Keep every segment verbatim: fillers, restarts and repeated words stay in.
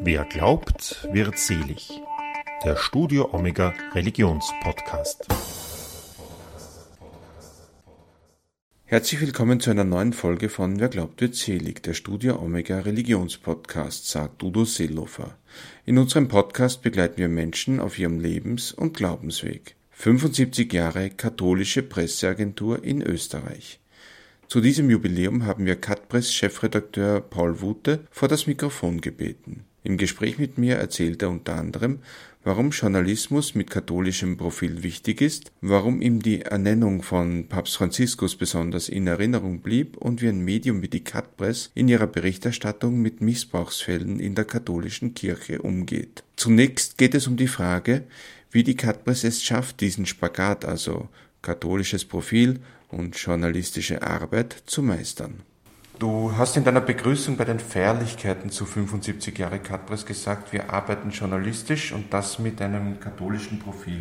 Wer glaubt, wird selig. Der Studio Omega Religionspodcast. Herzlich willkommen zu einer neuen Folge von Wer glaubt, wird selig, der Studio Omega Religionspodcast, sagt Udo Seelofer. In unserem Podcast begleiten wir Menschen auf ihrem Lebens- und Glaubensweg. fünfundsiebzig Jahre katholische Presseagentur in Österreich. Zu diesem Jubiläum haben wir Katpress-Chefredakteur Paul Wute vor das Mikrofon gebeten. Im Gespräch mit mir erzählt er unter anderem, warum Journalismus mit katholischem Profil wichtig ist, warum ihm die Ernennung von Papst Franziskus besonders in Erinnerung blieb und wie ein Medium wie die Katpress in ihrer Berichterstattung mit Missbrauchsfällen in der katholischen Kirche umgeht. Zunächst geht es um die Frage, wie die Katpress es schafft, diesen Spagat, also katholisches Profil und journalistische Arbeit, zu meistern. Du hast in deiner Begrüßung bei den Feierlichkeiten zu fünfundsiebzig Jahre Katpress gesagt, wir arbeiten journalistisch und das mit einem katholischen Profil.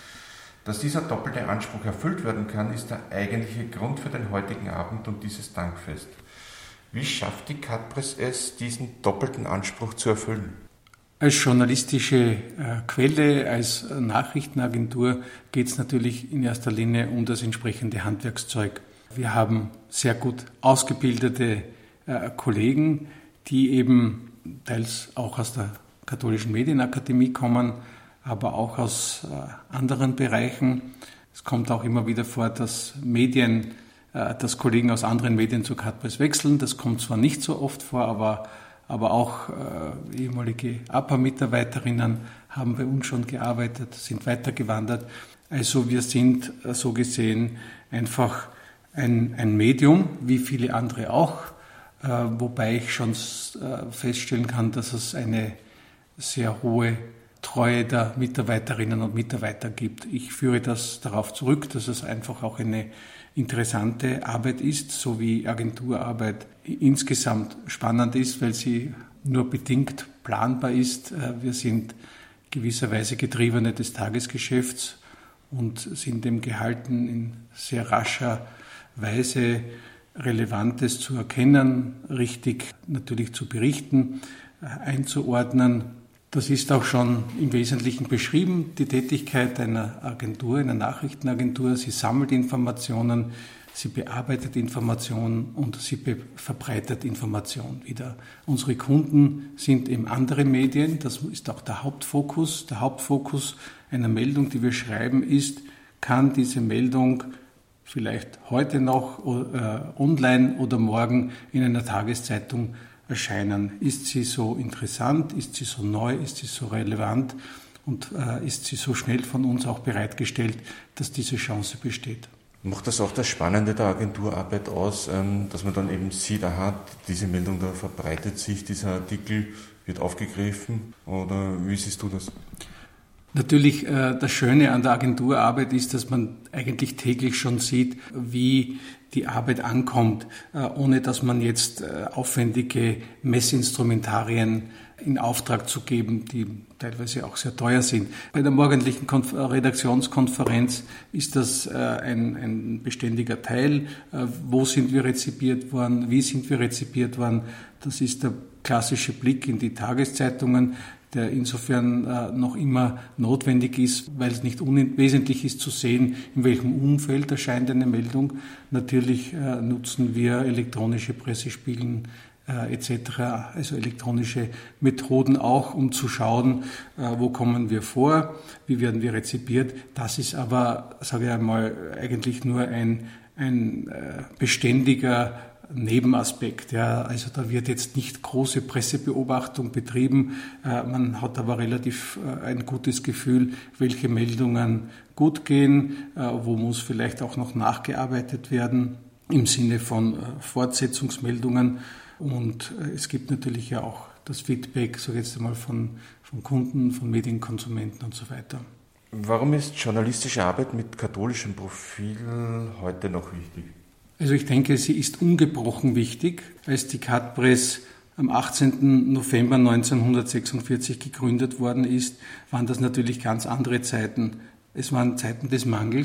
Dass dieser doppelte Anspruch erfüllt werden kann, ist der eigentliche Grund für den heutigen Abend und dieses Dankfest. Wie schafft die Katpress es, diesen doppelten Anspruch zu erfüllen? Als journalistische äh, Quelle, als Nachrichtenagentur geht es natürlich in erster Linie um das entsprechende Handwerkszeug. Wir haben sehr gut ausgebildete äh, Kollegen, die eben teils auch aus der Katholischen Medienakademie kommen, aber auch aus äh, anderen Bereichen. Es kommt auch immer wieder vor, dass Medien, äh, dass Kollegen aus anderen Medien zur Katpress wechseln. Das kommt zwar nicht so oft vor, aber aber auch äh, ehemalige A P A-Mitarbeiterinnen haben bei uns schon gearbeitet, sind weitergewandert. Also wir sind äh, so gesehen einfach ein, ein Medium, wie viele andere auch, äh, wobei ich schon äh, feststellen kann, dass es eine sehr hohe Treue der Mitarbeiterinnen und Mitarbeiter gibt. Ich führe das darauf zurück, dass es einfach auch eine interessante Arbeit ist, so wie Agenturarbeit insgesamt spannend ist, weil sie nur bedingt planbar ist. Wir sind gewisserweise Getriebene des Tagesgeschäfts und sind dem gehalten, in sehr rascher Weise Relevantes zu erkennen, richtig natürlich zu berichten, einzuordnen. Das ist auch schon im Wesentlichen beschrieben, die Tätigkeit einer Agentur, einer Nachrichtenagentur. Sie sammelt Informationen, sie bearbeitet Informationen und sie be- verbreitet Informationen wieder. Unsere Kunden sind eben andere Medien, das ist auch der Hauptfokus. Der Hauptfokus einer Meldung, die wir schreiben, ist, kann diese Meldung vielleicht heute noch äh, online oder morgen in einer Tageszeitung erscheinen. Ist sie so interessant, ist sie so neu, ist sie so relevant und äh, ist sie so schnell von uns auch bereitgestellt, dass diese Chance besteht. Macht das auch das Spannende der Agenturarbeit aus, ähm, dass man dann eben sieht, aha, diese Meldung da verbreitet sich, dieser Artikel wird aufgegriffen, oder wie siehst du das? Natürlich, äh, das Schöne an der Agenturarbeit ist, dass man eigentlich täglich schon sieht, wie die Arbeit ankommt, äh, ohne dass man jetzt äh, aufwendige Messinstrumentarien in Auftrag zu geben, die teilweise auch sehr teuer sind. Bei der morgendlichen Konf- Redaktionskonferenz ist das äh, ein, ein beständiger Teil. Äh, wo sind wir rezipiert worden? Wie sind wir rezipiert worden? Das ist der klassische Blick in die Tageszeitungen, der insofern äh, noch immer notwendig ist, weil es nicht unwesentlich ist zu sehen, in welchem Umfeld erscheint eine Meldung. Natürlich äh, nutzen wir elektronische Pressespielen äh, et cetera, also elektronische Methoden auch, um zu schauen, äh, wo kommen wir vor, wie werden wir rezipiert. Das ist aber, sage ich einmal, eigentlich nur ein, ein äh, beständiger Nebenaspekt. Ja. Also da wird jetzt nicht große Pressebeobachtung betrieben. Äh, man hat aber relativ äh, ein gutes Gefühl, welche Meldungen gut gehen, äh, wo muss vielleicht auch noch nachgearbeitet werden im Sinne von äh, Fortsetzungsmeldungen. Und äh, es gibt natürlich ja auch das Feedback, so jetzt einmal von, von Kunden, von Medienkonsumenten und so weiter. Warum ist journalistische Arbeit mit katholischem Profil heute noch wichtig? Also ich denke, sie ist ungebrochen wichtig. Als die Katpress am achtzehnten November neunzehnhundertsechsundvierzig gegründet worden ist, waren das natürlich ganz andere Zeiten. Es waren Zeiten des Mangels.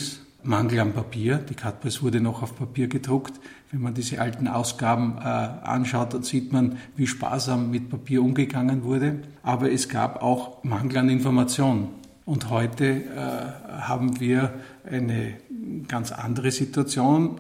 Mangel an Papier. Die Cutpress wurde noch auf Papier gedruckt. Wenn man diese alten Ausgaben äh, anschaut, dann sieht man, wie sparsam mit Papier umgegangen wurde. Aber es gab auch Mangel an Information. Und heute äh, haben wir eine ganz andere Situation,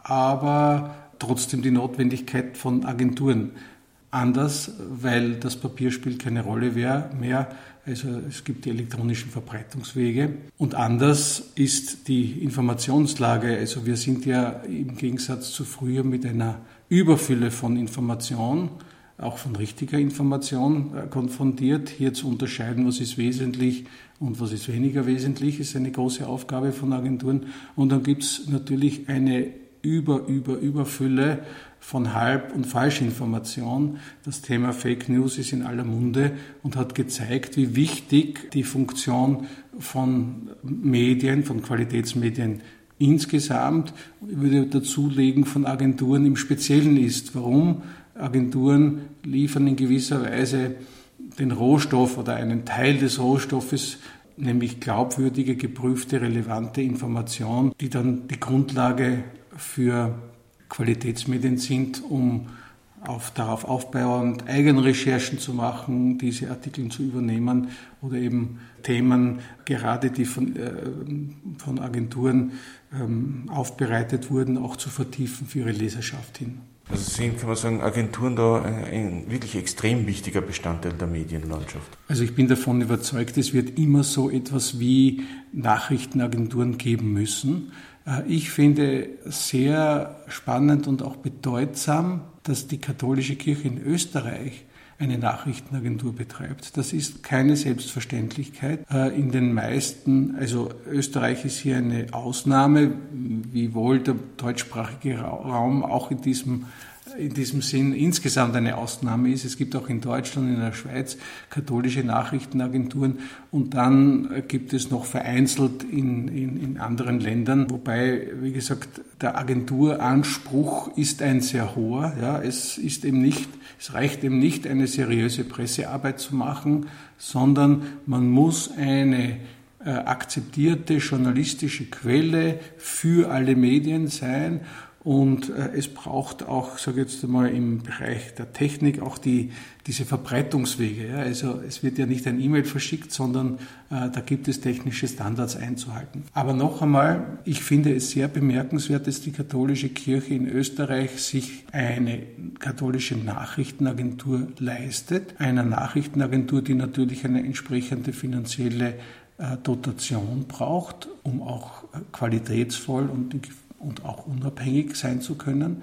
aber trotzdem die Notwendigkeit von Agenturen. Anders, weil das Papier spielt keine Rolle mehr, also es gibt die elektronischen Verbreitungswege. Und anders ist die Informationslage, also wir sind ja im Gegensatz zu früher mit einer Überfülle von Information, auch von richtiger Information konfrontiert. Hier zu unterscheiden, was ist wesentlich und was ist weniger wesentlich, ist eine große Aufgabe von Agenturen. Und dann gibt es natürlich eine Über, Über, Überfülle von Halb- und Falschinformation. Das Thema Fake News ist in aller Munde und hat gezeigt, wie wichtig die Funktion von Medien, von Qualitätsmedien insgesamt, ich würde dazulegen, von Agenturen im Speziellen ist. Warum? Agenturen liefern in gewisser Weise den Rohstoff oder einen Teil des Rohstoffes, nämlich glaubwürdige, geprüfte, relevante Information, die dann die Grundlage für Qualitätsmedien sind, um auf, darauf aufbauend Eigenrecherchen zu machen, diese Artikel zu übernehmen oder eben Themen, gerade die von, äh, von Agenturen ähm, aufbereitet wurden, auch zu vertiefen für ihre Leserschaft hin. Also sind, kann man sagen, Agenturen da ein, ein wirklich extrem wichtiger Bestandteil der Medienlandschaft? Also ich bin davon überzeugt, es wird immer so etwas wie Nachrichtenagenturen geben müssen. Ich finde sehr spannend und auch bedeutsam, dass die katholische Kirche in Österreich eine Nachrichtenagentur betreibt. Das ist keine Selbstverständlichkeit. In den meisten, also Österreich ist hier eine Ausnahme, wiewohl der deutschsprachige Raum auch in diesem in diesem Sinn insgesamt eine Ausnahme ist. Es gibt auch in Deutschland, in der Schweiz katholische Nachrichtenagenturen und dann gibt es noch vereinzelt in, in, in anderen Ländern, wobei, wie gesagt, der Agenturanspruch ist ein sehr hoher. Ja, es ist eben nicht, es reicht eben nicht, eine seriöse Pressearbeit zu machen, sondern man muss eine äh, akzeptierte journalistische Quelle für alle Medien sein. Und äh, es braucht auch, sage ich jetzt einmal, im Bereich der Technik auch die, diese Verbreitungswege. Ja? Also es wird ja nicht ein E-Mail verschickt, sondern äh, da gibt es technische Standards einzuhalten. Aber noch einmal, ich finde es sehr bemerkenswert, dass die katholische Kirche in Österreich sich eine katholische Nachrichtenagentur leistet. Eine Nachrichtenagentur, die natürlich eine entsprechende finanzielle äh, Dotation braucht, um auch äh, qualitätsvoll und und auch unabhängig sein zu können.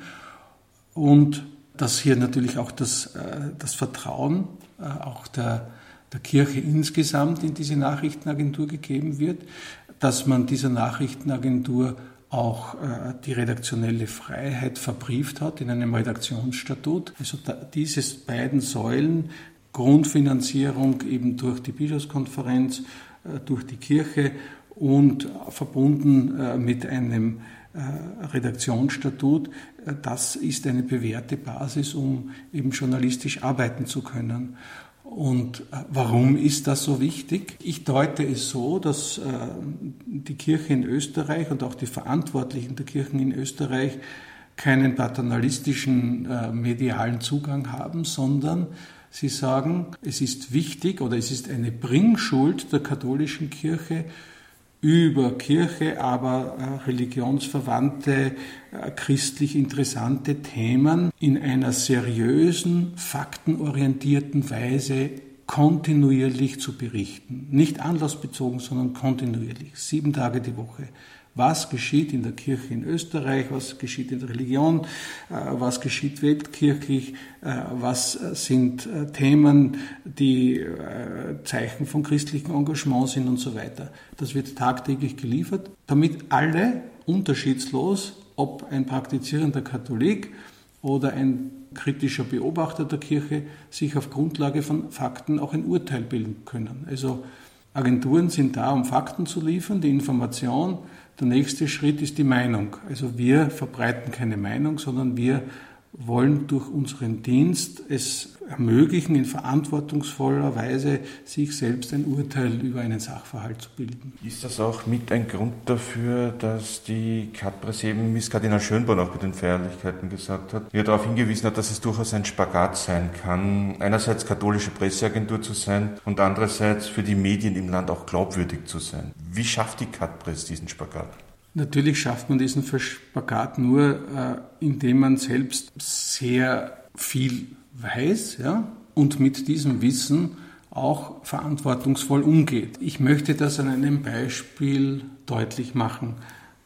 Und dass hier natürlich auch das, das Vertrauen auch der, der Kirche insgesamt in diese Nachrichtenagentur gegeben wird, dass man dieser Nachrichtenagentur auch die redaktionelle Freiheit verbrieft hat in einem Redaktionsstatut. Also diese beiden Säulen, Grundfinanzierung eben durch die Bischofskonferenz, durch die Kirche und verbunden mit einem Redaktionsstatut, das ist eine bewährte Basis, um eben journalistisch arbeiten zu können. Und warum ist das so wichtig? Ich deute es so, dass die Kirche in Österreich und auch die Verantwortlichen der Kirchen in Österreich keinen paternalistischen medialen Zugang haben, sondern sie sagen, es ist wichtig oder es ist eine Bringschuld der katholischen Kirche, über Kirche, aber äh, religionsverwandte, äh, christlich interessante Themen in einer seriösen, faktenorientierten Weise kontinuierlich zu berichten. Nicht anlassbezogen, sondern kontinuierlich, sieben Tage die Woche. Was geschieht in der Kirche in Österreich, was geschieht in der Religion, was geschieht weltkirchlich, was sind Themen, die Zeichen von christlichem Engagement sind und so weiter. Das wird tagtäglich geliefert, damit alle unterschiedslos, ob ein praktizierender Katholik oder ein kritischer Beobachter der Kirche, sich auf Grundlage von Fakten auch ein Urteil bilden können. Also Agenturen sind da, um Fakten zu liefern, die Information. Der nächste Schritt ist die Meinung. Also wir verbreiten keine Meinung, sondern wir wollen durch unseren Dienst es ermöglichen, in verantwortungsvoller Weise sich selbst ein Urteil über einen Sachverhalt zu bilden. Ist das auch mit ein Grund dafür, dass die Katpres eben, wie es Kardinal Schönborn auch bei den Feierlichkeiten gesagt hat, ja darauf hingewiesen hat, dass es durchaus ein Spagat sein kann, einerseits katholische Presseagentur zu sein und andererseits für die Medien im Land auch glaubwürdig zu sein. Wie schafft die Katpres diesen Spagat? Natürlich schafft man diesen Spagat nur, äh, indem man selbst sehr viel weiß, ja, und mit diesem Wissen auch verantwortungsvoll umgeht. Ich möchte das an einem Beispiel deutlich machen.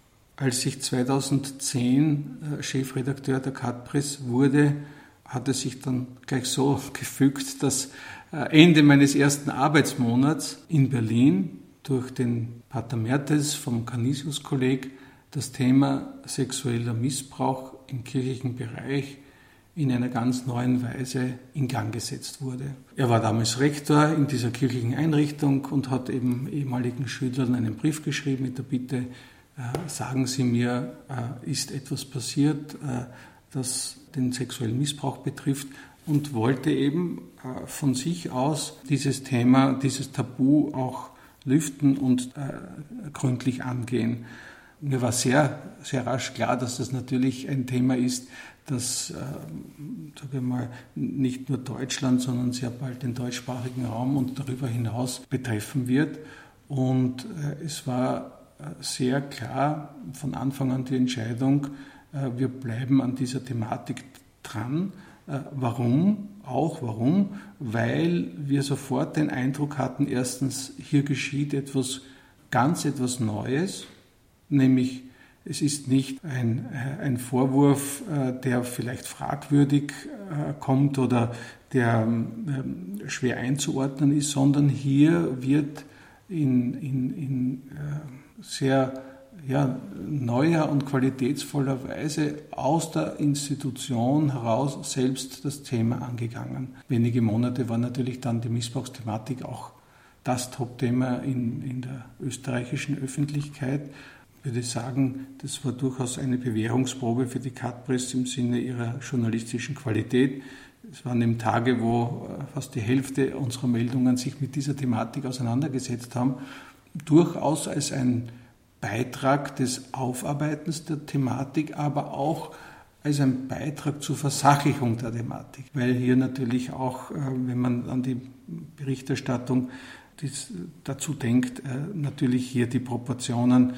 Als ich zweitausendzehn äh, Chefredakteur der Katpres wurde, hat es sich dann gleich so gefügt, dass äh, Ende meines ersten Arbeitsmonats in Berlin durch den Pater Mertes vom Canisius-Kolleg das Thema sexueller Missbrauch im kirchlichen Bereich in einer ganz neuen Weise in Gang gesetzt wurde. Er war damals Rektor in dieser kirchlichen Einrichtung und hat eben ehemaligen Schülern einen Brief geschrieben mit der Bitte, äh, sagen Sie mir, äh, ist etwas passiert, äh, das den sexuellen Missbrauch betrifft, und wollte eben äh, von sich aus dieses Thema, dieses Tabu auch lüften und äh, gründlich angehen. Mir war sehr, sehr rasch klar, dass das natürlich ein Thema ist, das, äh, sagen wir mal, nicht nur Deutschland, sondern sehr bald den deutschsprachigen Raum und darüber hinaus betreffen wird. Und äh, es war äh, sehr klar von Anfang an die Entscheidung, äh, wir bleiben an dieser Thematik dran. Äh, warum? Auch warum? Weil wir sofort den Eindruck hatten, erstens, hier geschieht etwas ganz etwas Neues, nämlich es ist nicht ein, ein Vorwurf, der vielleicht fragwürdig kommt oder der schwer einzuordnen ist, sondern hier wird in, in, in sehr ja, neuer und qualitätsvoller Weise aus der Institution heraus selbst das Thema angegangen. Wenige Monate war natürlich dann die Missbrauchsthematik auch das Top-Thema in, in der österreichischen Öffentlichkeit. Ich würde sagen, das war durchaus eine Bewährungsprobe für die Katpres im Sinne ihrer journalistischen Qualität. Es waren eben Tage, wo fast die Hälfte unserer Meldungen sich mit dieser Thematik auseinandergesetzt haben. Durchaus als ein Beitrag des Aufarbeitens der Thematik, aber auch als ein Beitrag zur Versachlichung der Thematik. Weil hier natürlich auch, wenn man an die Berichterstattung dazu denkt, natürlich hier die Proportionen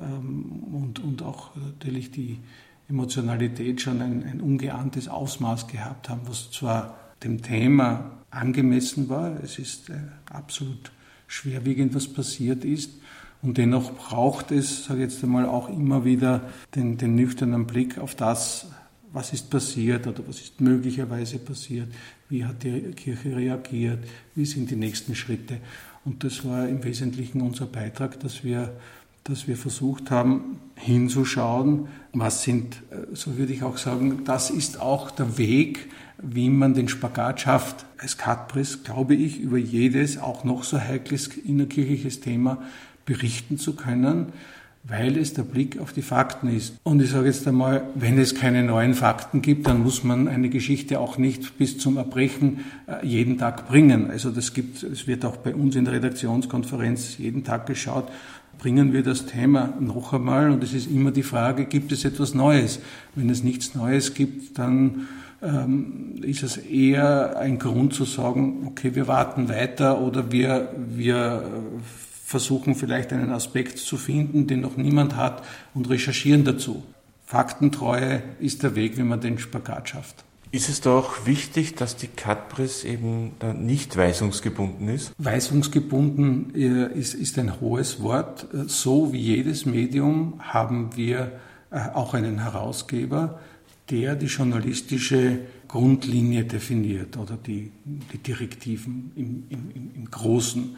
und, und auch natürlich die Emotionalität schon ein, ein ungeahntes Ausmaß gehabt haben, was zwar dem Thema angemessen war, es ist absolut schwerwiegend, was passiert ist, und dennoch braucht es, sage ich jetzt einmal, auch immer wieder den, den nüchternen Blick auf das, was ist passiert oder was ist möglicherweise passiert, wie hat die Kirche reagiert, wie sind die nächsten Schritte. Und das war im Wesentlichen unser Beitrag, dass wir, dass wir versucht haben, hinzuschauen, was sind, so würde ich auch sagen, das ist auch der Weg, wie man den Spagat schafft. Als Katpres, glaube ich, über jedes, auch noch so heikles innerkirchliches Thema berichten zu können, weil es der Blick auf die Fakten ist. Und ich sage jetzt einmal, wenn es keine neuen Fakten gibt, dann muss man eine Geschichte auch nicht bis zum Erbrechen jeden Tag bringen. Also das gibt, es wird auch bei uns in der Redaktionskonferenz jeden Tag geschaut, bringen wir das Thema noch einmal, und es ist immer die Frage, gibt es etwas Neues? Wenn es nichts Neues gibt, dann ähm, ist es eher ein Grund zu sagen, okay, wir warten weiter oder wir, wir versuchen vielleicht einen Aspekt zu finden, den noch niemand hat, und recherchieren dazu. Faktentreue ist der Weg, wie man den Spagat schafft. Ist es doch wichtig, dass die Katpres eben nicht weisungsgebunden ist? Weisungsgebunden ist, ist ein hohes Wort. So wie jedes Medium haben wir auch einen Herausgeber, der die journalistische Grundlinie definiert oder die, die Direktiven im, im, im Großen.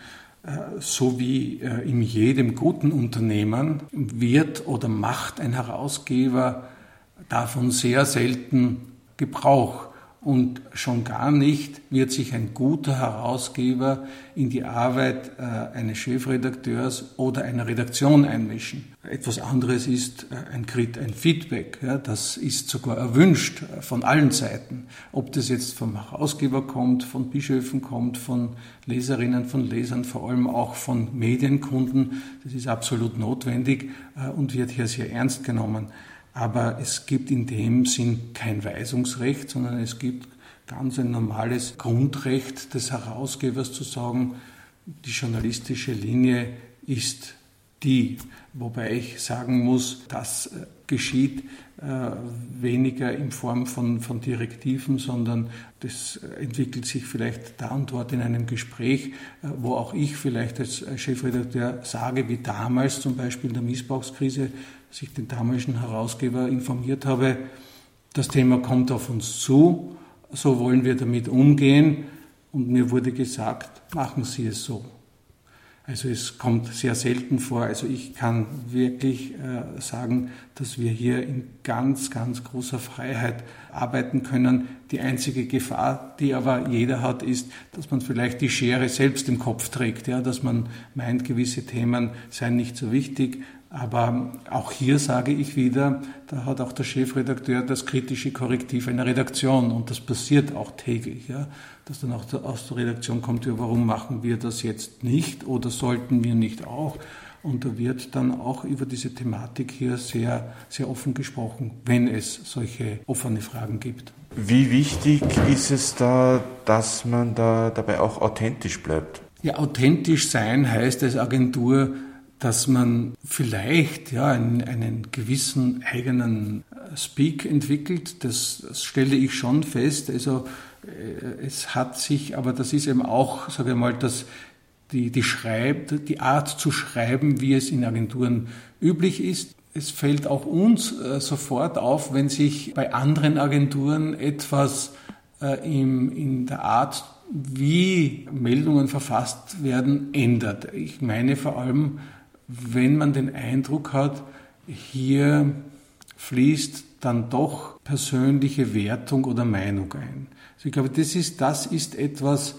So wie in jedem guten Unternehmen wird oder macht ein Herausgeber davon sehr selten Gebrauch. Und schon gar nicht wird sich ein guter Herausgeber in die Arbeit äh, eines Chefredakteurs oder einer Redaktion einmischen. Etwas anderes ist äh, ein, ein Feedback. Ja, das ist sogar erwünscht äh, von allen Seiten. Ob das jetzt vom Herausgeber kommt, von Bischöfen kommt, von Leserinnen, von Lesern, vor allem auch von Medienkunden. Das ist absolut notwendig äh, und wird hier sehr ernst genommen. Aber es gibt in dem Sinn kein Weisungsrecht, sondern es gibt ganz ein normales Grundrecht des Herausgebers zu sagen, die journalistische Linie ist die. Wobei ich sagen muss, das geschieht äh, weniger in Form von, von Direktiven, sondern das entwickelt sich vielleicht da und dort in einem Gespräch, äh, wo auch ich vielleicht als Chefredakteur sage, wie damals zum Beispiel in der Missbrauchskrise, dass ich den damaligen Herausgeber informiert habe, das Thema kommt auf uns zu, so wollen wir damit umgehen. Und mir wurde gesagt, machen Sie es so. Also es kommt sehr selten vor. Also ich kann wirklich äh, sagen, dass wir hier in ganz, ganz großer Freiheit arbeiten können. Die einzige Gefahr, die aber jeder hat, ist, dass man vielleicht die Schere selbst im Kopf trägt, ja, dass man meint, gewisse Themen seien nicht so wichtig. Aber auch hier sage ich wieder, da hat auch der Chefredakteur das kritische Korrektiv einer Redaktion und das passiert auch täglich, ja, dass dann auch aus der Redaktion kommt, ja, warum machen wir das jetzt nicht oder sollten wir nicht auch? Und da wird dann auch über diese Thematik hier sehr, sehr offen gesprochen, wenn es solche offene Fragen gibt. Wie wichtig ist es da, dass man da dabei auch authentisch bleibt? Ja, authentisch sein heißt als Agentur, dass man vielleicht ja, einen, einen gewissen eigenen Speak entwickelt. Das, das stelle ich schon fest. Also äh, es hat sich, aber das ist eben auch, sage ich mal, das, die, die, Schreib, die Art zu schreiben, wie es in Agenturen üblich ist. Es fällt auch uns äh, sofort auf, wenn sich bei anderen Agenturen etwas äh, im, in der Art, wie Meldungen verfasst werden, ändert. Ich meine vor allem, wenn man den Eindruck hat, hier fließt dann doch persönliche Wertung oder Meinung ein. Also ich glaube, das ist, das ist etwas,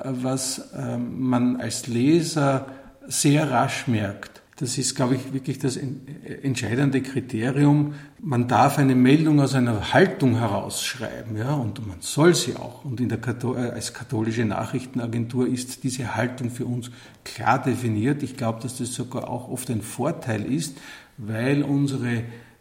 was man als Leser sehr rasch merkt. Das ist, glaube ich, wirklich das entscheidende Kriterium. Man darf eine Meldung aus einer Haltung herausschreiben, ja, und man soll sie auch. Und in der als katholische Nachrichtenagentur ist diese Haltung für uns klar definiert. Ich glaube, dass das sogar auch oft ein Vorteil ist, weil unsere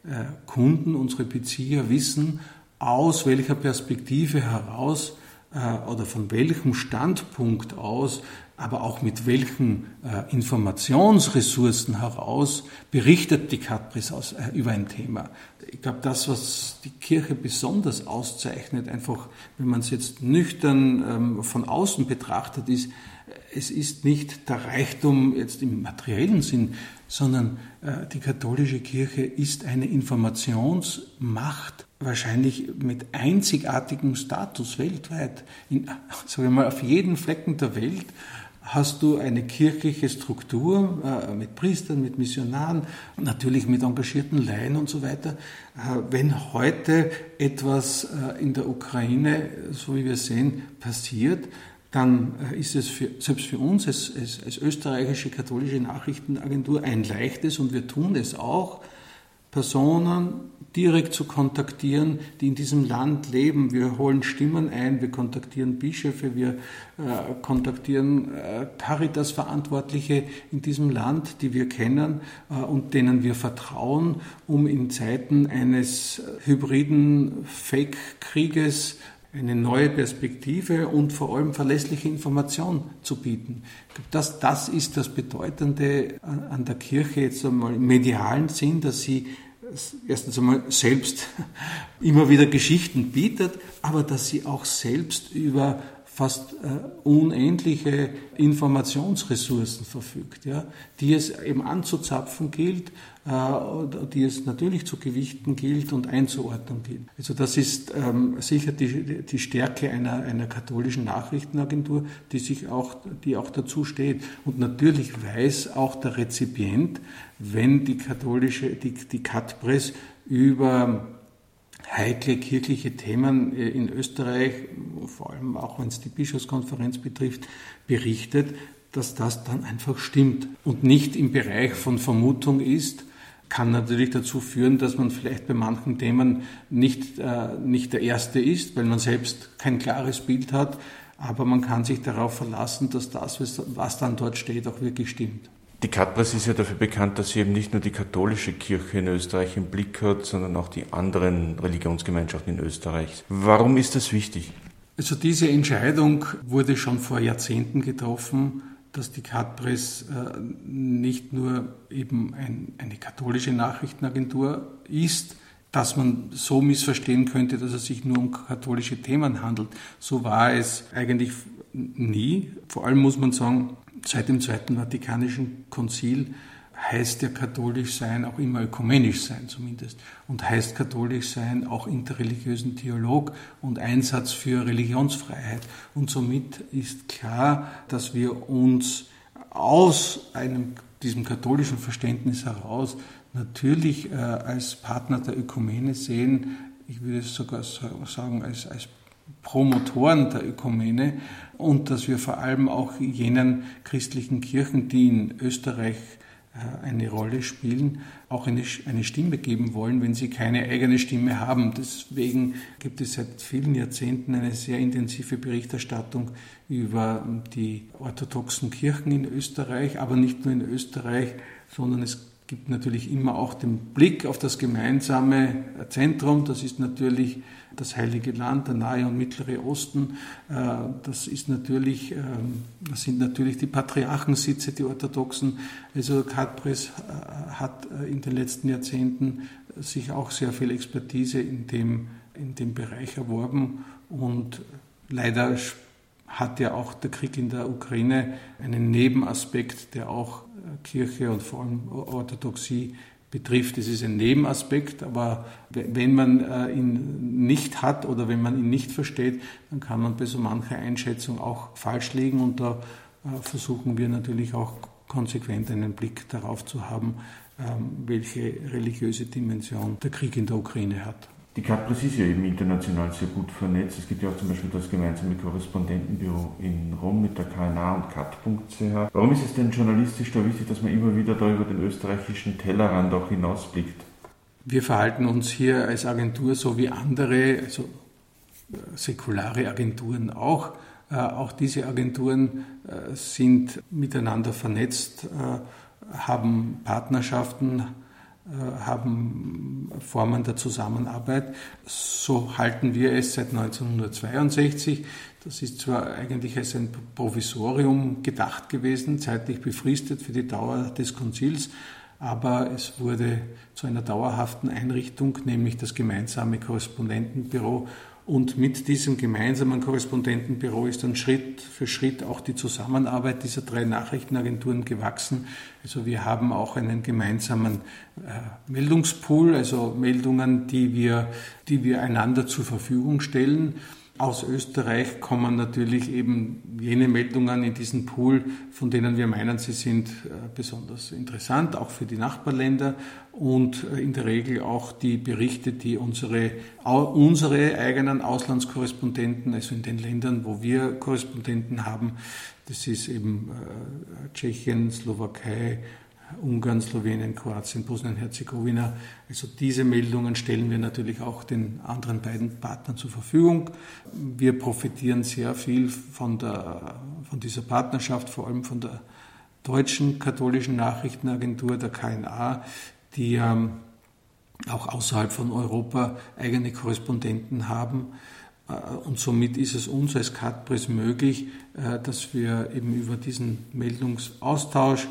Kunden, unsere Bezieher wissen, aus welcher Perspektive heraus oder von welchem Standpunkt aus, aber auch mit welchen äh, Informationsressourcen heraus berichtet die Katpres aus, äh, über ein Thema. Ich glaube, das, was die Kirche besonders auszeichnet, einfach, wenn man es jetzt nüchtern ähm, von außen betrachtet, ist, es ist nicht der Reichtum jetzt im materiellen Sinn, sondern äh, die katholische Kirche ist eine Informationsmacht, wahrscheinlich mit einzigartigem Status weltweit. In, sagen wir mal, auf jedem Flecken der Welt hast du eine kirchliche Struktur äh, mit Priestern, mit Missionaren, natürlich mit engagierten Laien und so weiter. Äh, wenn heute etwas äh, in der Ukraine, so wie wir sehen, passiert, dann äh, ist es für, selbst für uns als, als, als österreichische katholische Nachrichtenagentur ein leichtes, und wir tun es auch, Personen direkt zu kontaktieren, die in diesem Land leben. Wir holen Stimmen ein, wir kontaktieren Bischöfe, wir äh, kontaktieren äh, Caritas-Verantwortliche in diesem Land, die wir kennen äh, und denen wir vertrauen, um in Zeiten eines hybriden Fake-Krieges eine neue Perspektive und vor allem verlässliche Information zu bieten. Das, das ist das Bedeutende an der Kirche jetzt einmal im medialen Sinn, dass sie erstens einmal selbst immer wieder Geschichten bietet, aber dass sie auch selbst über fast äh, unendliche Informationsressourcen verfügt, ja, die es eben anzuzapfen gilt, äh, die es natürlich zu gewichten gilt und einzuordnen gilt. Also das ist ähm, sicher die, die Stärke einer, einer katholischen Nachrichtenagentur, die sich auch, die auch dazu steht. Und natürlich weiß auch der Rezipient, wenn die katholische, die, die Katpres über heikle kirchliche Themen in Österreich, vor allem auch wenn es die Bischofskonferenz betrifft, berichtet, dass das dann einfach stimmt und nicht im Bereich von Vermutung ist, kann natürlich dazu führen, dass man vielleicht bei manchen Themen nicht, äh, nicht der Erste ist, weil man selbst kein klares Bild hat, aber man kann sich darauf verlassen, dass das, was dann dort steht, auch wirklich stimmt. Die Katpres ist ja dafür bekannt, dass sie eben nicht nur die katholische Kirche in Österreich im Blick hat, sondern auch die anderen Religionsgemeinschaften in Österreich. Warum ist das wichtig? Also diese Entscheidung wurde schon vor Jahrzehnten getroffen, dass die Katpres äh, nicht nur eben ein, eine katholische Nachrichtenagentur ist, dass man so missverstehen könnte, dass es sich nur um katholische Themen handelt. So war es eigentlich nie. Vor allem muss man sagen, seit dem Zweiten Vatikanischen Konzil heißt ja katholisch sein auch immer ökumenisch sein zumindest und heißt katholisch sein auch interreligiösen Dialog und Einsatz für Religionsfreiheit. Und somit ist klar, dass wir uns aus einem, diesem katholischen Verständnis heraus natürlich äh, als Partner der Ökumene sehen, ich würde sogar sagen als, als Promotoren der Ökumene und dass wir vor allem auch jenen christlichen Kirchen, die in Österreich eine Rolle spielen, auch eine, eine Stimme geben wollen, wenn sie keine eigene Stimme haben. Deswegen gibt es seit vielen Jahrzehnten eine sehr intensive Berichterstattung über die orthodoxen Kirchen in Österreich, aber nicht nur in Österreich, sondern es gibt natürlich immer auch den Blick auf das gemeinsame Zentrum. Das ist natürlich das Heilige Land, der Nahe und Mittlere Osten. Das ist natürlich, das sind natürlich die Patriarchensitze, die orthodoxen. Also Katpres hat in den letzten Jahrzehnten sich auch sehr viel Expertise in dem, in dem Bereich erworben und leider hat ja auch der Krieg in der Ukraine einen Nebenaspekt, der auch Kirche und vor allem Orthodoxie betrifft. Es ist ein Nebenaspekt, aber wenn man ihn nicht hat oder wenn man ihn nicht versteht, dann kann man bei so mancher Einschätzung auch falsch liegen und da versuchen wir natürlich auch konsequent einen Blick darauf zu haben, welche religiöse Dimension der Krieg in der Ukraine hat. Die Katpres ist ja eben international sehr gut vernetzt. Es gibt ja auch zum Beispiel das gemeinsame Korrespondentenbüro in Rom mit der K N A und kat punkt c h. Warum ist es denn journalistisch da wichtig, dass man immer wieder da über den österreichischen Tellerrand auch hinausblickt? Wir verhalten uns hier als Agentur so wie andere, also säkulare Agenturen auch. Auch diese Agenturen sind miteinander vernetzt, haben Partnerschaften, haben Formen der Zusammenarbeit. So halten wir es seit neunzehnhundertzweiundsechzig. Das ist zwar eigentlich als ein Provisorium gedacht gewesen, zeitlich befristet für die Dauer des Konzils, aber es wurde zu einer dauerhaften Einrichtung, nämlich das gemeinsame Korrespondentenbüro. Und mit diesem gemeinsamen Korrespondentenbüro ist dann Schritt für Schritt auch die Zusammenarbeit dieser drei Nachrichtenagenturen gewachsen. Also wir haben auch einen gemeinsamen äh, Meldungspool, also Meldungen, die wir, die wir einander zur Verfügung stellen. Aus Österreich kommen natürlich eben jene Meldungen in diesen Pool, von denen wir meinen, sie sind besonders interessant, auch für die Nachbarländer und in der Regel auch die Berichte, die unsere, unsere eigenen Auslandskorrespondenten, also in den Ländern, wo wir Korrespondenten haben, das ist eben Tschechien, Slowakei, Ungarn, Slowenien, Kroatien, Bosnien-Herzegowina. Also diese Meldungen stellen wir natürlich auch den anderen beiden Partnern zur Verfügung. Wir profitieren sehr viel von, der, von dieser Partnerschaft, vor allem von der deutschen katholischen Nachrichtenagentur, der K N A, die ähm, auch außerhalb von Europa eigene Korrespondenten haben. Und somit ist es uns als Katpres möglich, dass wir eben über diesen Meldungsaustausch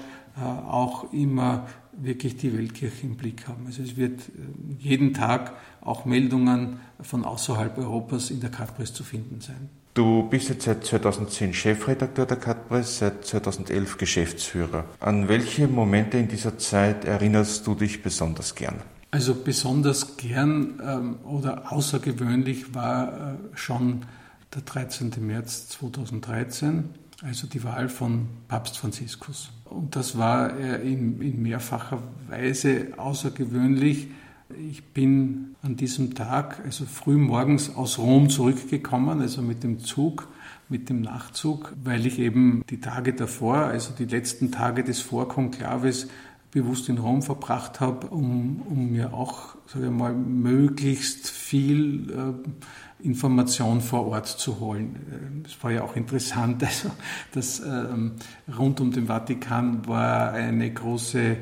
auch immer wirklich die Weltkirche im Blick haben. Also es wird jeden Tag auch Meldungen von außerhalb Europas in der Katpres zu finden sein. Du bist jetzt seit zweitausendzehn Chefredakteur der Katpres, seit zweitausendelf Geschäftsführer. An welche Momente in dieser Zeit erinnerst du dich besonders gern? Also besonders gern ähm, oder außergewöhnlich war äh, schon der dreizehnten März zweitausenddreizehn, also die Wahl von Papst Franziskus. Und das war äh, in, in mehrfacher Weise außergewöhnlich. Ich bin an diesem Tag, also früh morgens aus Rom zurückgekommen, also mit dem Zug, mit dem Nachtzug, weil ich eben die Tage davor, also die letzten Tage des Vorkonklaves, bewusst in Rom verbracht habe, um, um mir auch, sage ich mal, möglichst viel äh, Information vor Ort zu holen. Das war ja auch interessant, also das ähm, rund um den Vatikan war eine große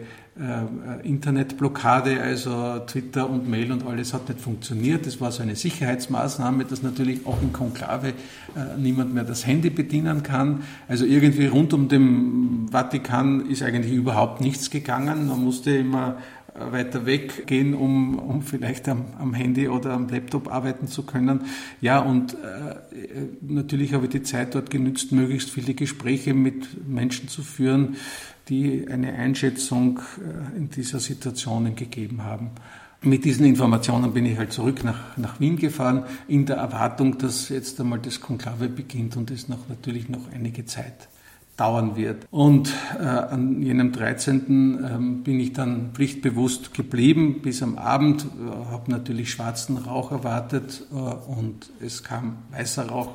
äh, Internetblockade, also Twitter und Mail und alles hat nicht funktioniert. Das war so eine Sicherheitsmaßnahme, dass natürlich auch in Konklave äh, niemand mehr das Handy bedienen kann. Also irgendwie rund um den Vatikan ist eigentlich überhaupt nichts gegangen. Man musste immer weiter weg gehen, um, um vielleicht am, am Handy oder am Laptop arbeiten zu können. Ja, und äh, natürlich habe ich die Zeit dort genützt, möglichst viele Gespräche mit Menschen zu führen, die eine Einschätzung äh, in dieser Situation gegeben haben. Mit diesen Informationen bin ich halt zurück nach, nach Wien gefahren, in der Erwartung, dass jetzt einmal das Konklave beginnt und es noch natürlich noch einige Zeit dauern wird. Und äh, an jenem dreizehnten Ähm, bin ich dann pflichtbewusst geblieben bis am Abend, äh, habe natürlich schwarzen Rauch erwartet äh, und es kam weißer Rauch.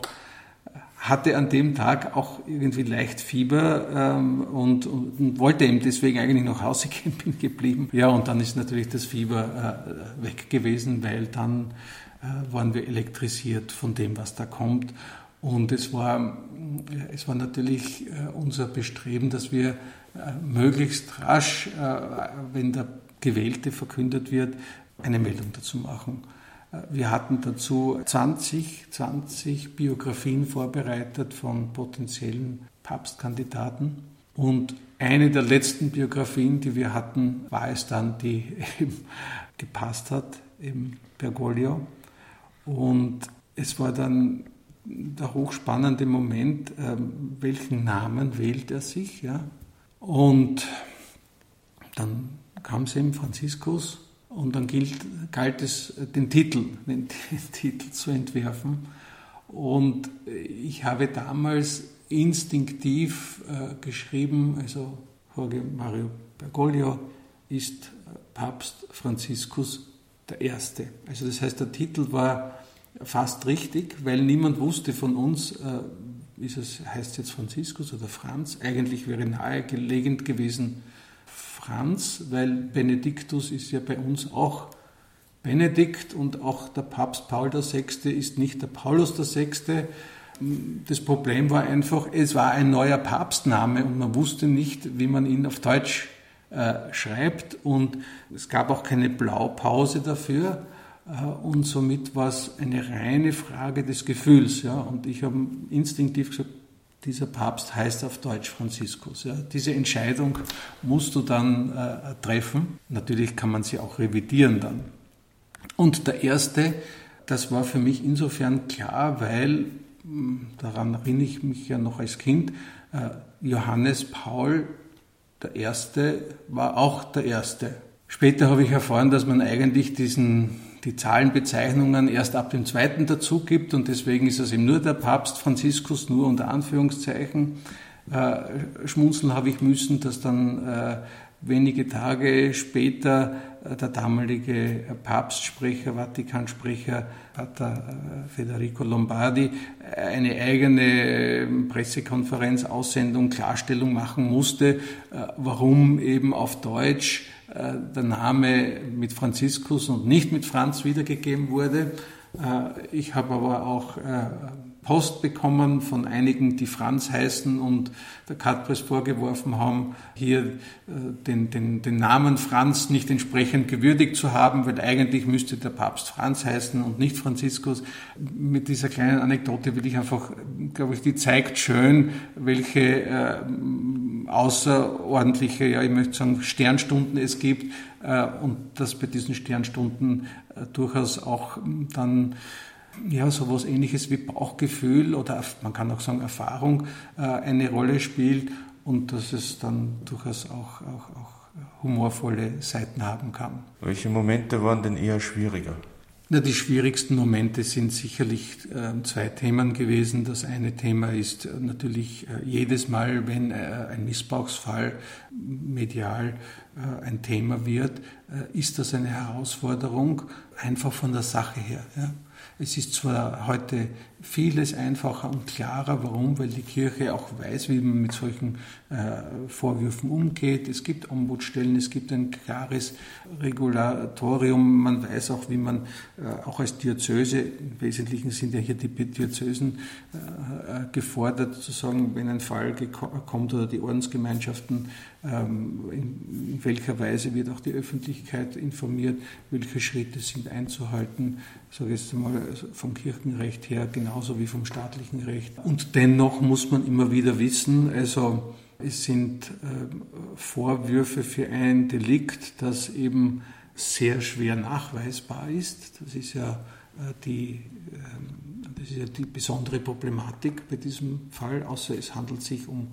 Hatte an dem Tag auch irgendwie leicht Fieber ähm, und, und, und wollte eben deswegen eigentlich nach Hause gehen, bin geblieben. Ja, und dann ist natürlich das Fieber äh, weg gewesen, weil dann äh, waren wir elektrisiert von dem, was da kommt. Und es war, es war natürlich unser Bestreben, dass wir möglichst rasch, wenn der Gewählte verkündet wird, eine Meldung dazu machen. Wir hatten dazu zwanzig, zwanzig Biografien vorbereitet von potenziellen Papstkandidaten. Und eine der letzten Biografien, die wir hatten, war es dann, die eben gepasst hat, eben Bergoglio. Und es war dann der hochspannende Moment, ähm, welchen Namen wählt er sich, ja? Und dann kam es eben Franziskus und dann gilt, galt es, den Titel, den, den Titel zu entwerfen. Und ich habe damals instinktiv äh, geschrieben, also Jorge Mario Bergoglio ist Papst Franziskus der Erste. Also das heißt, der Titel war fast richtig, weil niemand wusste von uns, äh, ist es, heißt es jetzt Franziskus oder Franz. Eigentlich wäre nahegelegend gewesen Franz, weil Benediktus ist ja bei uns auch Benedikt und auch der Papst Paul der Sechste ist nicht der Paulus der Sechste. Das Problem war einfach, es war ein neuer Papstname und man wusste nicht, wie man ihn auf Deutsch äh, schreibt und es gab auch keine Blaupause dafür. Und somit war es eine reine Frage des Gefühls. Ja. Und ich habe instinktiv gesagt, dieser Papst heißt auf Deutsch Franziskus. Ja. Diese Entscheidung musst du dann äh, treffen. Natürlich kann man sie auch revidieren dann. Und der erste, das war für mich insofern klar, weil, daran erinnere ich mich ja noch als Kind, äh, Johannes Paul der Erste war auch der Erste. Später habe ich erfahren, dass man eigentlich diesen die Zahlenbezeichnungen erst ab dem zweiten dazu gibt und deswegen ist es eben nur der Papst Franziskus, nur unter Anführungszeichen. Äh, schmunzeln habe ich müssen, dass dann äh, wenige Tage später äh, der damalige Papstsprecher, Vatikansprecher, Pater äh, Federico Lombardi, eine eigene Pressekonferenz, Aussendung, Klarstellung machen musste, äh, warum eben auf Deutsch der Name mit Franziskus und nicht mit Franz wiedergegeben wurde. Ich habe aber auch Post bekommen von einigen, die Franz heißen und der Katpress vorgeworfen haben, hier den, den, den Namen Franz nicht entsprechend gewürdigt zu haben, weil eigentlich müsste der Papst Franz heißen und nicht Franziskus. Mit dieser kleinen Anekdote will ich einfach, glaube ich, die zeigt schön, welche äh, außerordentliche, ja, ich möchte sagen, Sternstunden es gibt äh, und dass bei diesen Sternstunden äh, durchaus auch dann ja, sowas Ähnliches wie Bauchgefühl oder man kann auch sagen Erfahrung äh, eine Rolle spielt und dass es dann durchaus auch, auch, auch humorvolle Seiten haben kann. Welche Momente waren denn eher schwieriger? Na, die schwierigsten Momente sind sicherlich äh, zwei Themen gewesen. Das eine Thema ist äh, natürlich äh, jedes Mal, wenn äh, ein Missbrauchsfall medial äh, ein Thema wird, äh, ist das eine Herausforderung, einfach von der Sache her. Ja. Es ist zwar heute vieles einfacher und klarer. Warum? Weil die Kirche auch weiß, wie man mit solchen äh, Vorwürfen umgeht. Es gibt Ombudsstellen, es gibt ein klares Regulatorium. Man weiß auch, wie man äh, auch als Diözese, im Wesentlichen sind ja hier die Diözesen äh, gefordert, zu sagen, wenn ein Fall kommt oder die Ordensgemeinschaften, ähm, in, in welcher Weise wird auch die Öffentlichkeit informiert, welche Schritte sind einzuhalten, sage ich jetzt einmal vom Kirchenrecht her, genauso wie vom staatlichen Recht. Und dennoch muss man immer wieder wissen, also es sind äh, Vorwürfe für ein Delikt, das eben sehr schwer nachweisbar ist. Das ist ja äh, die, äh, das ist ja die besondere Problematik bei diesem Fall, außer es handelt sich um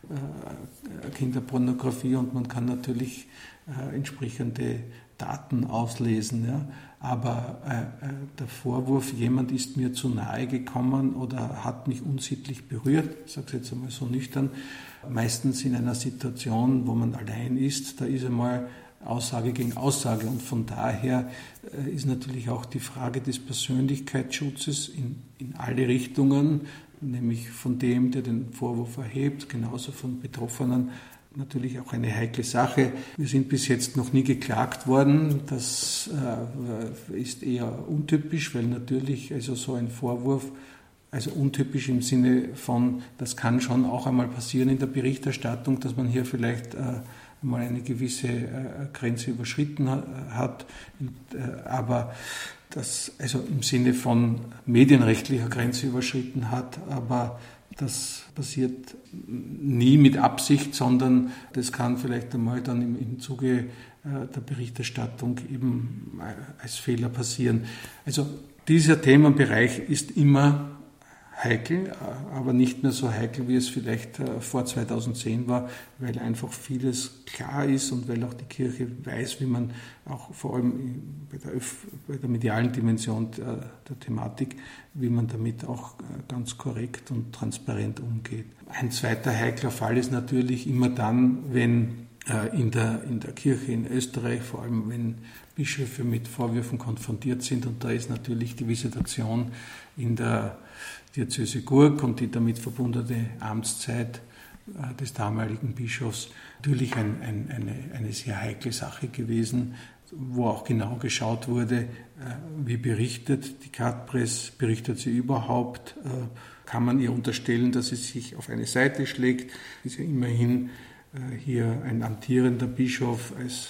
äh, Kinderpornografie und man kann natürlich äh, entsprechende Daten auslesen, ja. Aber äh, der Vorwurf, jemand ist mir zu nahe gekommen oder hat mich unsittlich berührt, ich sage es jetzt einmal so nüchtern, meistens in einer Situation, wo man allein ist, da ist einmal Aussage gegen Aussage. Und von daher äh, ist natürlich auch die Frage des Persönlichkeitsschutzes in, in alle Richtungen, nämlich von dem, der den Vorwurf erhebt, genauso von Betroffenen, natürlich auch eine heikle Sache. Wir sind bis jetzt noch nie geklagt worden. Das äh, ist eher untypisch, weil natürlich also so ein Vorwurf, also untypisch im Sinne von, das kann schon auch einmal passieren in der Berichterstattung, dass man hier vielleicht äh, mal eine gewisse äh, Grenze überschritten hat. Und, äh, aber das also im Sinne von medienrechtlicher Grenze überschritten hat, aber das passiert nie mit Absicht, sondern das kann vielleicht einmal dann im, im Zuge der Berichterstattung eben als Fehler passieren. Also dieser Themenbereich ist immer heikel, aber nicht mehr so heikel, wie es vielleicht vor zweitausendzehn war, weil einfach vieles klar ist und weil auch die Kirche weiß, wie man auch vor allem bei der, bei der medialen Dimension der, der Thematik, wie man damit auch ganz korrekt und transparent umgeht. Ein zweiter heikler Fall ist natürlich immer dann, wenn in der, in der Kirche in Österreich, vor allem wenn Bischöfe mit Vorwürfen konfrontiert sind, und da ist natürlich die Visitation in der Diözese Gurk und die damit verbundene Amtszeit des damaligen Bischofs natürlich ein, ein, eine, eine sehr heikle Sache gewesen, wo auch genau geschaut wurde, wie berichtet die Katpres, berichtet sie überhaupt, kann man ihr unterstellen, dass sie sich auf eine Seite schlägt, ist ja immerhin hier ein amtierender Bischof als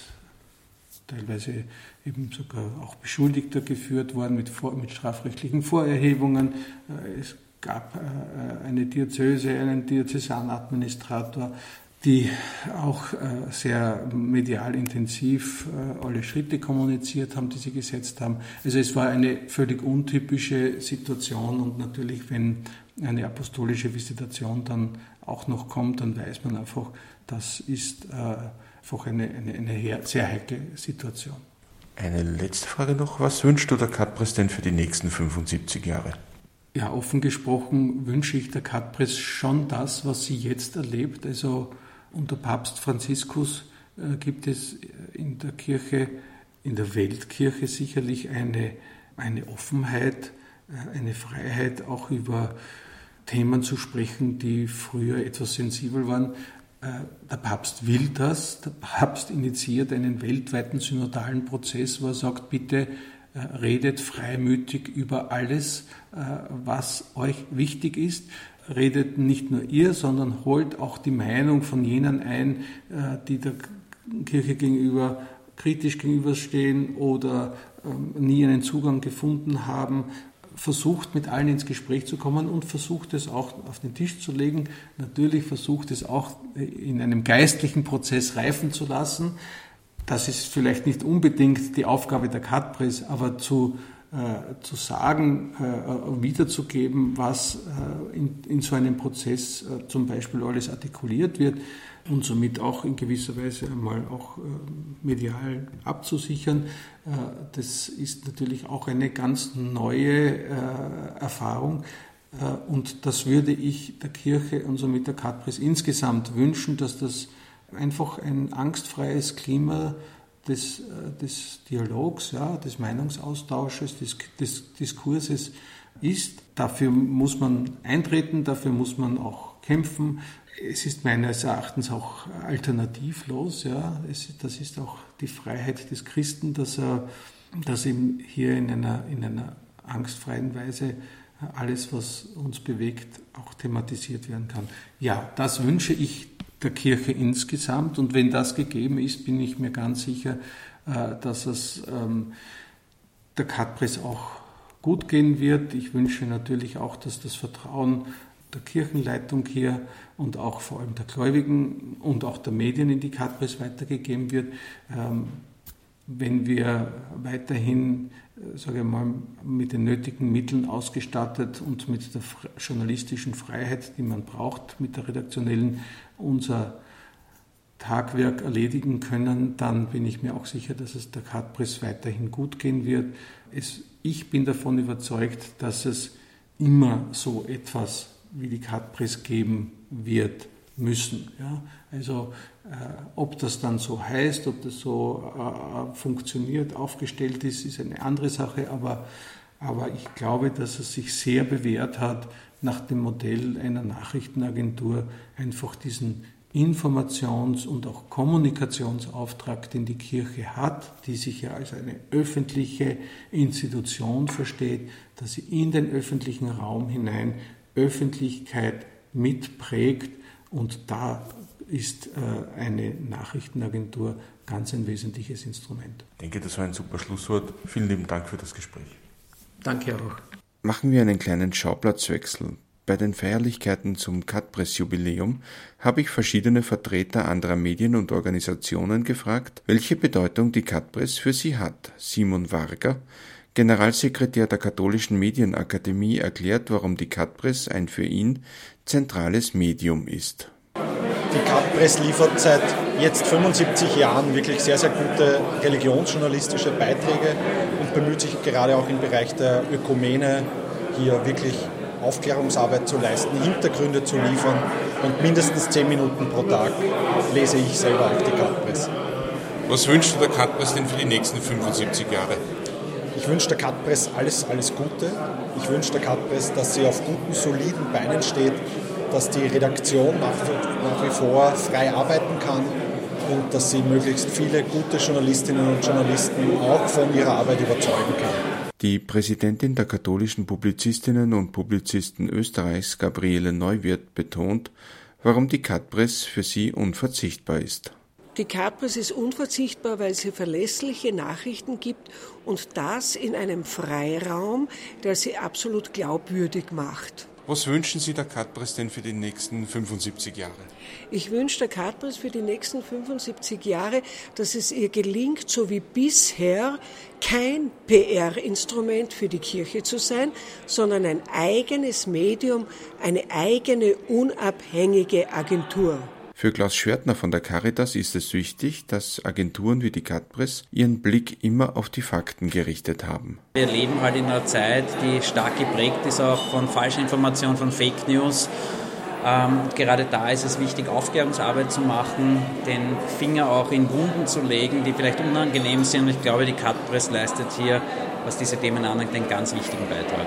teilweise eben sogar auch Beschuldigter geführt worden mit, vor, mit strafrechtlichen Vorerhebungen. Es gab eine Diözese, einen Diözesanadministrator, die auch sehr medial intensiv alle Schritte kommuniziert haben, die sie gesetzt haben. Also es war eine völlig untypische Situation und natürlich, wenn eine apostolische Visitation dann auch noch kommt, dann weiß man einfach, das ist einfach eine, eine, eine sehr heikle Situation. Eine letzte Frage noch. Was wünschst du der Katpres denn für die nächsten fünfundsiebzig Jahre? Ja, offen gesprochen wünsche ich der Katpres schon das, was sie jetzt erlebt. Also unter Papst Franziskus äh, gibt es in der Kirche, in der Weltkirche sicherlich eine, eine Offenheit, äh, eine Freiheit, auch über Themen zu sprechen, die früher etwas sensibel waren. Der Papst will das. Der Papst initiiert einen weltweiten synodalen Prozess, wo er sagt, bitte redet freimütig über alles, was euch wichtig ist. Redet nicht nur ihr, sondern holt auch die Meinung von jenen ein, die der Kirche gegenüber kritisch gegenüberstehen oder nie einen Zugang gefunden haben. Versucht mit allen ins Gespräch zu kommen und versucht es auch auf den Tisch zu legen. Natürlich versucht es auch in einem geistlichen Prozess reifen zu lassen. Das ist vielleicht nicht unbedingt die Aufgabe der Katpres, aber zu äh, zu sagen, äh, wiederzugeben, was äh, in, in so einem Prozess äh, zum Beispiel alles artikuliert wird und somit auch in gewisser Weise einmal auch äh, medial abzusichern. Äh, das ist natürlich auch eine ganz neue äh, Erfahrung. Äh, und das würde ich der Kirche und somit der Katpres insgesamt wünschen, dass das einfach ein angstfreies Klima des, des Dialogs, ja, des Meinungsaustausches, des, des Diskurses ist. Dafür muss man eintreten, dafür muss man auch kämpfen. Es ist meines Erachtens auch alternativlos. Ja. Es, das ist auch die Freiheit des Christen, dass er, dass ihm hier in einer, in einer angstfreien Weise alles, was uns bewegt, auch thematisiert werden kann. Ja, das wünsche ich der Kirche insgesamt, und wenn das gegeben ist, bin ich mir ganz sicher, dass es der Katpres auch gut gehen wird. Ich wünsche natürlich auch, dass das Vertrauen der Kirchenleitung hier und auch vor allem der Gläubigen und auch der Medien in die Katpres weitergegeben wird. Wenn wir weiterhin, sage ich mal, mit den nötigen Mitteln ausgestattet und mit der journalistischen Freiheit, die man braucht, mit der redaktionellen, unser Tagwerk erledigen können, dann bin ich mir auch sicher, dass es der Katpres weiterhin gut gehen wird. Es, ich bin davon überzeugt, dass es immer so etwas wie die Katpres geben wird müssen. Ja? Also äh, ob das dann so heißt, ob das so äh, funktioniert, aufgestellt ist, ist eine andere Sache, aber, aber ich glaube, dass es sich sehr bewährt hat, nach dem Modell einer Nachrichtenagentur einfach diesen Informations- und auch Kommunikationsauftrag, den die Kirche hat, die sich ja als eine öffentliche Institution versteht, dass sie in den öffentlichen Raum hinein Öffentlichkeit mitprägt, und da ist äh, eine Nachrichtenagentur ganz ein wesentliches Instrument. Ich denke, das war ein super Schlusswort. Vielen lieben Dank für das Gespräch. Danke auch. Machen wir einen kleinen Schauplatzwechsel. Bei den Feierlichkeiten zum Katpres-Jubiläum habe ich verschiedene Vertreter anderer Medien und Organisationen gefragt, welche Bedeutung die Katpres für sie hat. Simon Varga, Generalsekretär der Katholischen Medienakademie, erklärt, warum die Katpres ein für ihn zentrales Medium ist. Die Katpres liefert seit jetzt fünfundsiebzig Jahren wirklich sehr, sehr gute religionsjournalistische Beiträge und bemüht sich gerade auch im Bereich der Ökumene hier wirklich Aufklärungsarbeit zu leisten, Hintergründe zu liefern, und mindestens zehn Minuten pro Tag lese ich selber auch die Katpres. Was wünscht der Katpres denn für die nächsten fünfundsiebzig Jahre? Ich wünsche der Katpres alles, alles Gute. Ich wünsche der Katpres, dass sie auf guten, soliden Beinen steht, dass die Redaktion nach, nach wie vor frei arbeiten kann und dass sie möglichst viele gute Journalistinnen und Journalisten auch von ihrer Arbeit überzeugen kann. Die Präsidentin der katholischen Publizistinnen und Publizisten Österreichs, Gabriele Neuwirth, betont, warum die Katpres für sie unverzichtbar ist. Die Katpres ist unverzichtbar, weil sie verlässliche Nachrichten gibt, und das in einem Freiraum, der sie absolut glaubwürdig macht. Was wünschen Sie der Katpres denn für die nächsten fünfundsiebzig Jahre? Ich wünsche der Katpres für die nächsten fünfundsiebzig Jahre, dass es ihr gelingt, so wie bisher, kein P R-Instrument für die Kirche zu sein, sondern ein eigenes Medium, eine eigene unabhängige Agentur. Für Klaus Schwertner von der Caritas ist es wichtig, dass Agenturen wie die Katpres ihren Blick immer auf die Fakten gerichtet haben. Wir leben halt in einer Zeit, die stark geprägt ist auch von falschen Informationen, von Fake News. Ähm, gerade da ist es wichtig, Aufklärungsarbeit zu machen, den Finger auch in Wunden zu legen, die vielleicht unangenehm sind. Und ich glaube, die Katpres leistet hier, was diese Themen angeht, einen ganz wichtigen Beitrag.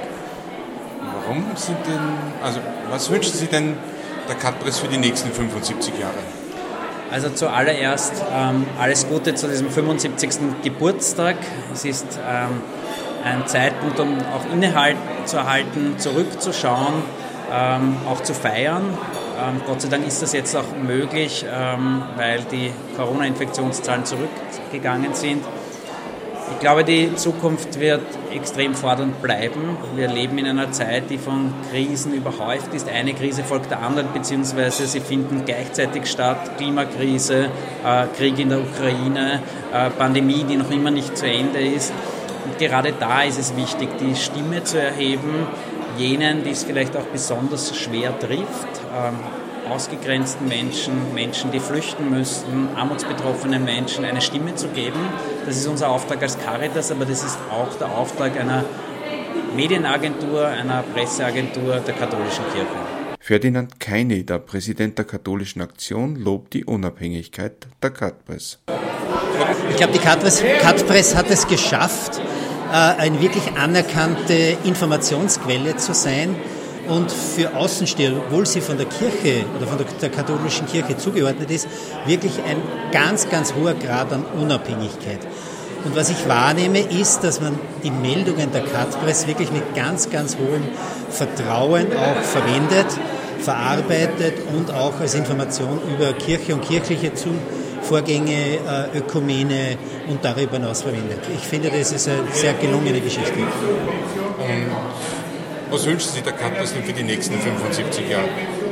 Warum sind denn, also was wünschen Sie denn der Katpres für die nächsten fünfundsiebzig Jahre? Also zuallererst ähm, alles Gute zu diesem fünfundsiebzigsten Geburtstag. Es ist ähm, ein Zeitpunkt, um auch innezuhalten, zurückzuschauen, ähm, auch zu feiern. Ähm, Gott sei Dank ist das jetzt auch möglich, ähm, weil die Corona-Infektionszahlen zurückgegangen sind. Ich glaube, die Zukunft wird extrem fordernd bleiben. Wir leben in einer Zeit, die von Krisen überhäuft ist. Eine Krise folgt der anderen, beziehungsweise sie finden gleichzeitig statt. Klimakrise, äh, Krieg in der Ukraine, äh, Pandemie, die noch immer nicht zu Ende ist. Und gerade da ist es wichtig, die Stimme zu erheben, jenen, die es vielleicht auch besonders schwer trifft, ähm, ausgegrenzten Menschen, Menschen, die flüchten müssten, armutsbetroffenen Menschen eine Stimme zu geben. Das ist unser Auftrag als Caritas, aber das ist auch der Auftrag einer Medienagentur, einer Presseagentur der katholischen Kirche. Ferdinand Kaini, der Präsident der Katholischen Aktion, lobt die Unabhängigkeit der Katpress. Ich glaube, die Katpress hat es geschafft, eine wirklich anerkannte Informationsquelle zu sein und für Außenstehende, obwohl sie von der Kirche oder von der, der katholischen Kirche zugeordnet ist, wirklich ein ganz, ganz hoher Grad an Unabhängigkeit. Und was ich wahrnehme, ist, dass man die Meldungen der Katpress wirklich mit ganz, ganz hohem Vertrauen auch verwendet, verarbeitet und auch als Information über Kirche und kirchliche Vorgänge, Ökumene und darüber hinaus verwendet. Ich finde, das ist eine sehr gelungene Geschichte. Und was wünschen Sie der Katpress denn für die nächsten fünfundsiebzig Jahre?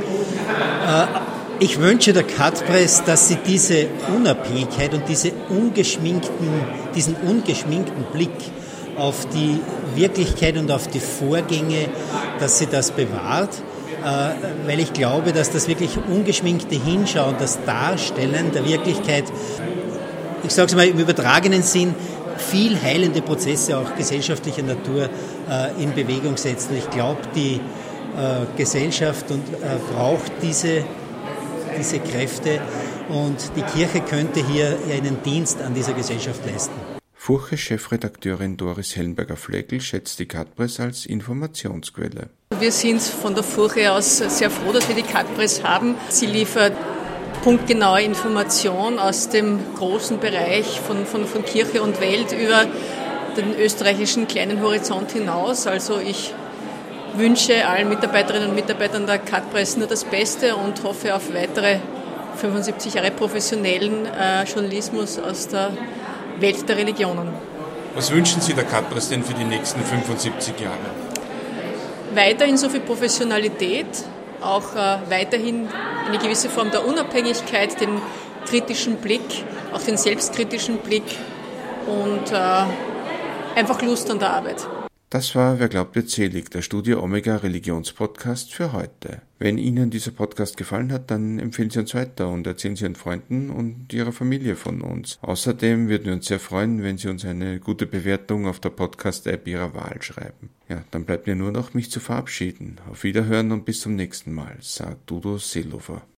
Ich wünsche der Katpress, dass sie diese Unabhängigkeit und diese ungeschminkten, diesen ungeschminkten Blick auf die Wirklichkeit und auf die Vorgänge, dass sie das bewahrt, weil ich glaube, dass das wirklich ungeschminkte Hinschauen, das Darstellen der Wirklichkeit, ich sage es mal im übertragenen Sinn, viel heilende Prozesse auch gesellschaftlicher Natur in Bewegung setzt. Und ich glaube, die Gesellschaft und, braucht diese diese Kräfte und die Kirche könnte hier einen Dienst an dieser Gesellschaft leisten. Furche-Chefredakteurin Doris Hellenberger-Flegel schätzt die Katpress als Informationsquelle. Wir sind von der Furche aus sehr froh, dass wir die Katpress haben. Sie liefert punktgenaue Information aus dem großen Bereich von, von, von Kirche und Welt über den österreichischen kleinen Horizont hinaus. Also ich wünsche allen Mitarbeiterinnen und Mitarbeitern der Katpress nur das Beste und hoffe auf weitere fünfundsiebzig Jahre professionellen äh, Journalismus aus der Welt der Religionen. Was wünschen Sie der Katpress denn für die nächsten fünfundsiebzig Jahre? Weiterhin so viel Professionalität, auch äh, weiterhin eine gewisse Form der Unabhängigkeit, den kritischen Blick, auch den selbstkritischen Blick und äh, einfach Lust an der Arbeit. Das war Wer glaubt wird selig, der Studio Omega Religionspodcast für heute. Wenn Ihnen dieser Podcast gefallen hat, dann empfehlen Sie uns weiter und erzählen Sie Ihren Freunden und Ihrer Familie von uns. Außerdem würden wir uns sehr freuen, wenn Sie uns eine gute Bewertung auf der Podcast-App Ihrer Wahl schreiben. Ja, dann bleibt mir nur noch, mich zu verabschieden. Auf Wiederhören und bis zum nächsten Mal, sagt Udo Seelofer.